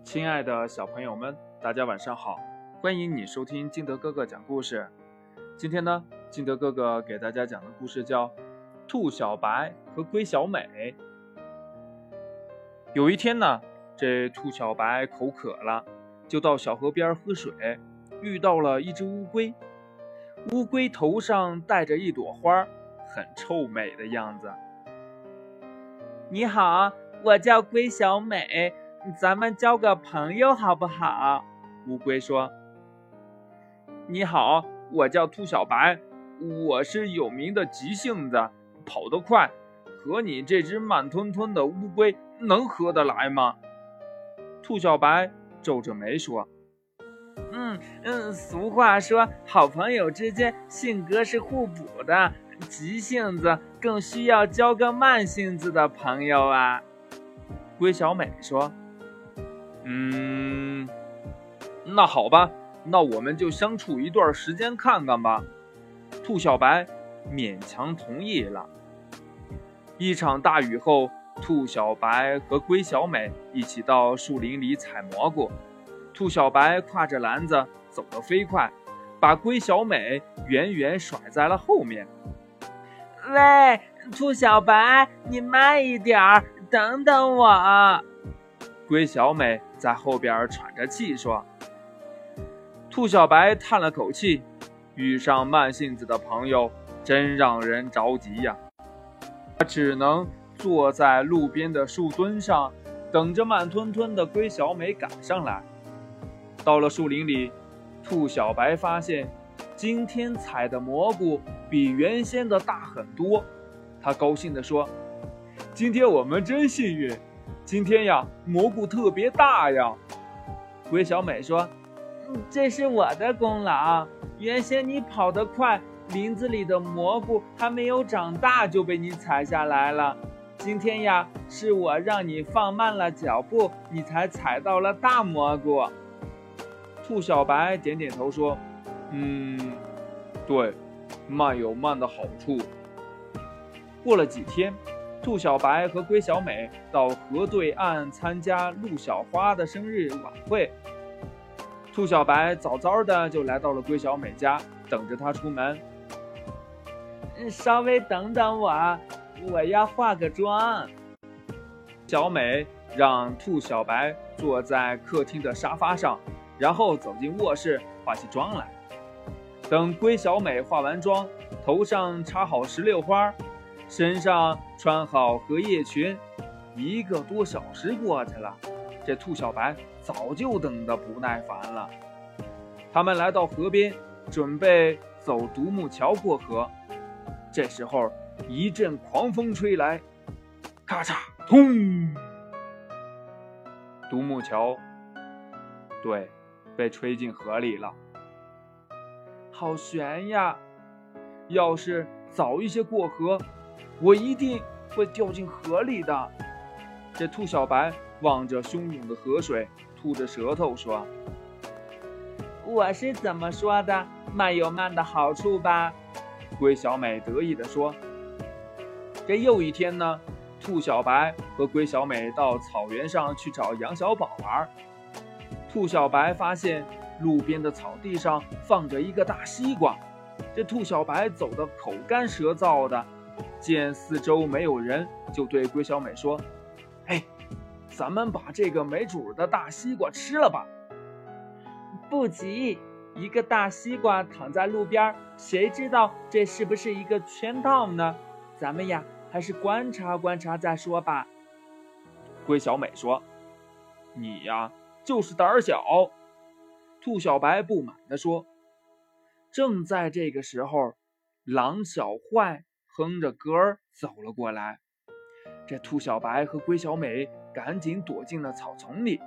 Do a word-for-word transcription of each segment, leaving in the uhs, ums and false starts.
亲爱的小朋友们，大家晚上好！欢迎你收听金德哥哥讲故事。今天呢，金德哥哥给大家讲的故事叫《兔小白和龟小美》。有一天呢，这兔小白口渴了，就到小河边喝水，遇到了一只乌龟。乌龟头上戴着一朵花，很臭美的样子。 你好，我叫龟小美，咱们交个朋友好不好？ 乌龟说。你好，我叫兔小白，我是有名的急性子，跑得快，和你这只慢吞吞的乌龟能合得来吗？兔小白皱着眉说。 嗯嗯，俗话说，好朋友之间性格是互补的，急性子更需要交个慢性子的朋友啊。 龟小美说。嗯，那好吧，那我们就相处一段时间看看吧。兔小白勉强同意了。一场大雨后，兔小白和龟小美一起到树林里采蘑菇。兔小白挎着篮子走得飞快，把龟小美远远甩在了后面。 喂，兔小白，你慢一点，等等我。 龟小美在后边喘着气说。兔小白叹了口气，遇上慢性子的朋友真让人着急呀。他只能坐在路边的树墩上，等着慢吞吞的龟小美赶上来。到了树林里，兔小白发现今天采的蘑菇比原先的大很多。他高兴地说，今天我们真幸运，今天呀，蘑菇特别大呀。龟小美说， 这是我的功劳，原先你跑得快，林子里的蘑菇还没有长大就被你采下来了。今天呀，是我让你放慢了脚步，你才采到了大蘑菇。 兔小白点点头说，嗯，对，慢有慢的好处。过了几天，兔小白和龟小美到河对岸参加陆小花的生日晚会。兔小白早早的就来到了龟小美家，等着她出门。 稍微等等我，我要化个妆。 小美让兔小白坐在客厅的沙发上，然后走进卧室化起妆来。等龟小美化完妆，头上插好石榴花，身上穿好荷叶裙，一个多小时过去了，这兔小白早就等得不耐烦了。他们来到河边，准备走独木桥过河。这时候一阵狂风吹来，咔嚓通，独木桥对被吹进河里了。好悬呀，要是早一些过河，我一定会掉进河里的。这兔小白望着汹涌的河水，吐着舌头说， 我是怎么说的？慢有慢的好处吧。 龟小美得意地说。这又一天呢，兔小白和龟小美到草原上去找杨小宝玩。兔小白发现路边的草地上放着一个大西瓜，这兔小白走得口干舌燥的，见四周没有人，就对龟小美说，嘿，咱们把这个没主的大西瓜吃了吧。 不急，一个大西瓜躺在路边，谁知道这是不是一个圈套呢？咱们呀，还是观察观察再说吧。 龟小美说，你呀，就是胆小。兔小白不满地说。正在这个时候，狼小坏哼着歌儿走了过来。这兔小白和龟小美赶紧躲进了草丛里。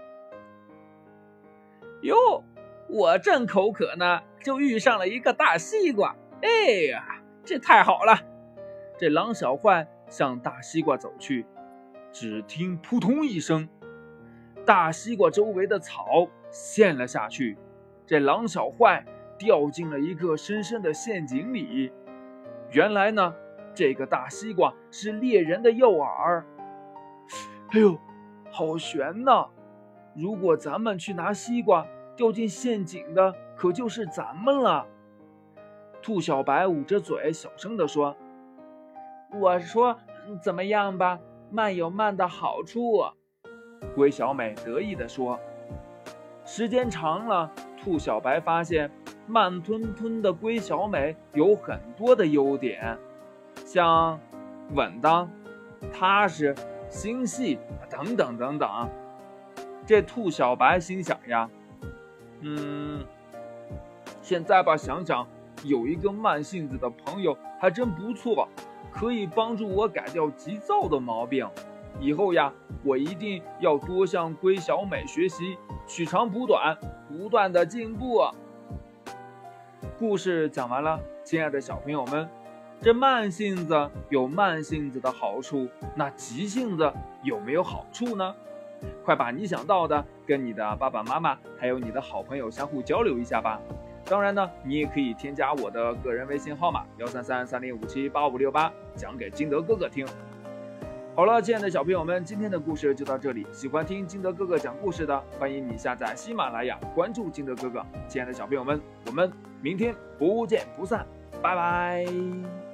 哟，我正口渴呢，就遇上了一个大西瓜。哎呀，这太好了！ 这狼小坏向大西瓜走去，只听扑通一声，大西瓜周围的草陷了下去，这狼小坏掉进了一个深深的陷阱里。原来呢，这个大西瓜是猎人的诱饵。哎呦，好悬呐！ 如果咱们去拿西瓜，掉进陷阱的可就是咱们了。兔小白捂着嘴小声地说：我说怎么样吧，慢有慢的好处。龟小美得意地说。时间长了，兔小白发现慢吞吞的龟小美有很多的优点，像稳当、踏实、心细等等等等。这兔小白心想呀，嗯，现在吧想想，有一个慢性子的朋友还真不错，可以帮助我改掉急躁的毛病。以后呀，我一定要多向龟小美学习，取长补短，不断的进步。故事讲完了，亲爱的小朋友们，这慢性子有慢性子的好处，那急性子有没有好处呢？快把你想到的跟你的爸爸妈妈还有你的好朋友相互交流一下吧。当然呢，你也可以添加我的个人微信号码幺三三三零五七八五六八，讲给金德哥哥听。好了，亲爱的小朋友们，今天的故事就到这里。喜欢听金德哥哥讲故事的，欢迎你下载喜马拉雅，关注金德哥哥。亲爱的小朋友们，我们明天不见不散，拜拜。